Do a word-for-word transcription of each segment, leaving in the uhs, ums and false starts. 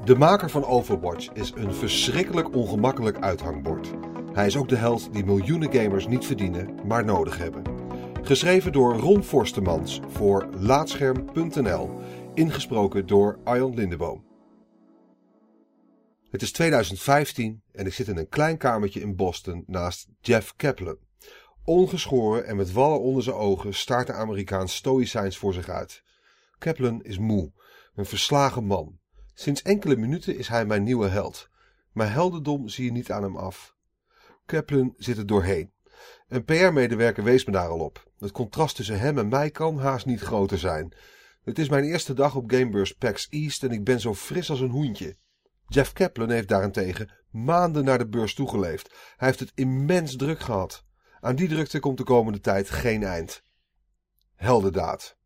De maker van Overwatch is een verschrikkelijk ongemakkelijk uithangbord. Hij is ook de held die miljoenen gamers niet verdienen, maar nodig hebben. Geschreven door Ron Forstemans voor Laatscherm punt n l. Ingesproken door Arjan Lindeboom. Het is tweeduizend vijftien en ik zit in een klein kamertje in Boston naast Jeff Kaplan. Ongeschoren en met wallen onder zijn ogen staart de Amerikaan stoïcijns voor zich uit. Kaplan is moe, een verslagen man. Sinds enkele minuten is hij mijn nieuwe held. Maar heldendom zie je niet aan hem af. Kaplan zit er doorheen. Een P R-medewerker wees me daar al op. Het contrast tussen hem en mij kan haast niet groter zijn. Het is mijn eerste dag op Gamebeurs PAX East en ik ben zo fris als een hoentje. Jeff Kaplan heeft daarentegen maanden naar de beurs toegeleefd. Hij heeft het immens druk gehad. Aan die drukte komt de komende tijd geen eind. Heldendaad.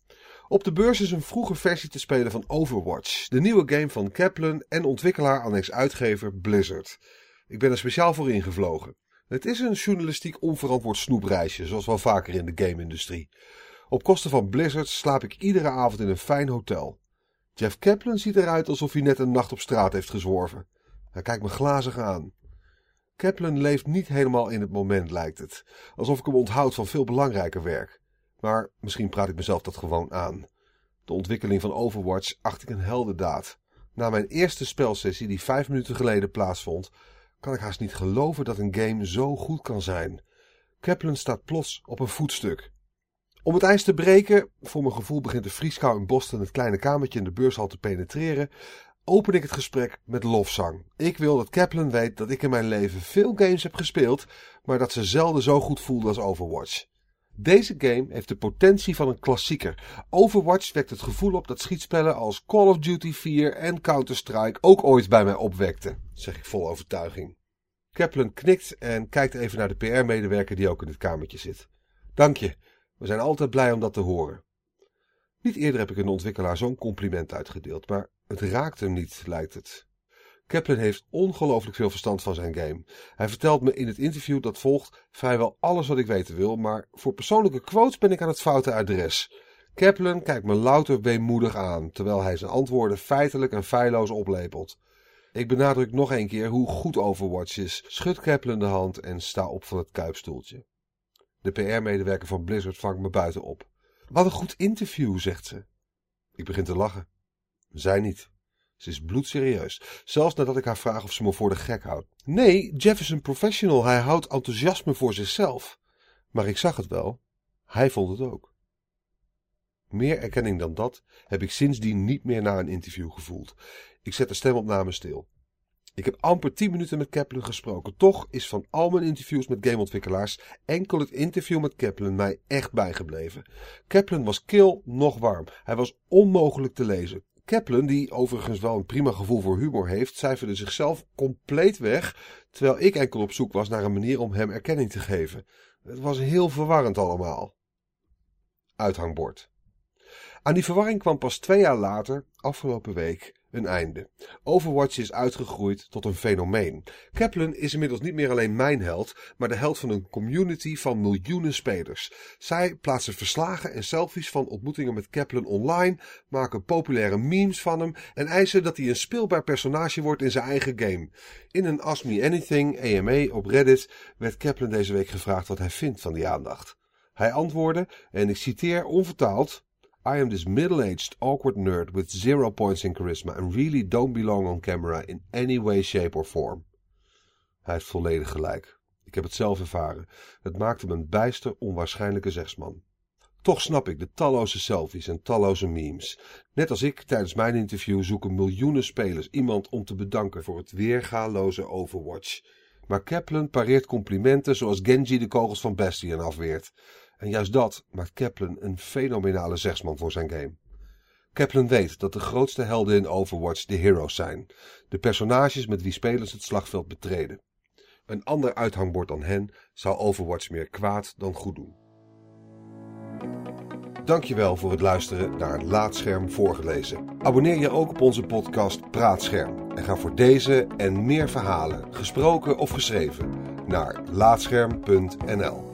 Op de beurs is een vroege versie te spelen van Overwatch, de nieuwe game van Kaplan en ontwikkelaar annex uitgever Blizzard. Ik ben er speciaal voor ingevlogen. Het is een journalistiek onverantwoord snoepreisje, zoals wel vaker in de game-industrie. Op kosten van Blizzard slaap ik iedere avond in een fijn hotel. Jeff Kaplan ziet eruit alsof hij net een nacht op straat heeft gezworven. Hij kijkt me glazig aan. Kaplan leeft niet helemaal in het moment, lijkt het. Alsof ik hem onthoud van veel belangrijker werk. Maar misschien praat ik mezelf dat gewoon aan. De ontwikkeling van Overwatch acht ik een heldendaad. Na mijn eerste spelsessie die vijf minuten geleden plaatsvond, kan ik haast niet geloven dat een game zo goed kan zijn. Kaplan staat plots op een voetstuk. Om het ijs te breken, voor mijn gevoel begint de vrieskou in Boston het kleine kamertje in de beurshal te penetreren, open ik het gesprek met lofzang. Ik wil dat Kaplan weet dat ik in mijn leven veel games heb gespeeld, maar dat ze zelden zo goed voelde als Overwatch. Deze game heeft de potentie van een klassieker. Overwatch wekt het gevoel op dat schietspellen als Call of Duty vier en Counter-Strike ook ooit bij mij opwekten, zeg ik vol overtuiging. Kaplan knikt en kijkt even naar de P R-medewerker die ook in het kamertje zit. Dank je, we zijn altijd blij om dat te horen. Niet eerder heb ik een ontwikkelaar zo'n compliment uitgedeeld, maar het raakt hem niet, lijkt het. Kaplan heeft ongelooflijk veel verstand van zijn game. Hij vertelt me in het interview dat volgt vrijwel alles wat ik weten wil, maar voor persoonlijke quotes ben ik aan het foute adres. Kaplan kijkt me louter weemoedig aan, terwijl hij zijn antwoorden feitelijk en feilloos oplepelt. Ik benadruk nog een keer hoe goed Overwatch is, schud Kaplan de hand en sta op van het kuipstoeltje. De P R-medewerker van Blizzard vangt me buiten op. Wat een goed interview, zegt ze. Ik begin te lachen. Zij niet. Ze is bloedserieus, zelfs nadat ik haar vraag of ze me voor de gek houdt. Nee, Jeff is een professional, hij houdt enthousiasme voor zichzelf. Maar ik zag het wel, hij vond het ook. Meer erkenning dan dat heb ik sindsdien niet meer na een interview gevoeld. Ik zet de stemopname stil. Ik heb amper tien minuten met Kaplan gesproken. Toch is van al mijn interviews met gameontwikkelaars enkel het interview met Kaplan mij echt bijgebleven. Kaplan was kil nog warm. Hij was onmogelijk te lezen. Kaplan, die overigens wel een prima gevoel voor humor heeft, cijferde zichzelf compleet weg, terwijl ik enkel op zoek was naar een manier om hem erkenning te geven. Het was heel verwarrend allemaal. Uithangbord. Aan die verwarring kwam pas twee jaar later, afgelopen week, een einde. Overwatch is uitgegroeid tot een fenomeen. Kaplan is inmiddels niet meer alleen mijn held, maar de held van een community van miljoenen spelers. Zij plaatsen verslagen en selfies van ontmoetingen met Kaplan online, maken populaire memes van hem en eisen dat hij een speelbaar personage wordt in zijn eigen game. In een Ask Me Anything A M A op Reddit werd Kaplan deze week gevraagd wat hij vindt van die aandacht. Hij antwoordde, en ik citeer onvertaald: I am this middle-aged, awkward nerd with zero points in charisma and really don't belong on camera in any way, shape or form. Hij heeft volledig gelijk. Ik heb het zelf ervaren. Het maakte me een bijster onwaarschijnlijke zegsman. Toch snap ik de talloze selfies en talloze memes. Net als ik tijdens mijn interview zoeken miljoenen spelers iemand om te bedanken voor het weergaloze Overwatch. Maar Kaplan pareert complimenten zoals Genji de kogels van Bastion afweert. En juist dat maakt Kaplan een fenomenale zegsman voor zijn game. Kaplan weet dat de grootste helden in Overwatch de heroes zijn. De personages met wie spelers het slagveld betreden. Een ander uithangbord dan hen zou Overwatch meer kwaad dan goed doen. Dankjewel voor het luisteren naar Laatscherm voorgelezen. Abonneer je ook op onze podcast Praatscherm. En ga voor deze en meer verhalen, gesproken of geschreven, naar laatscherm punt n l.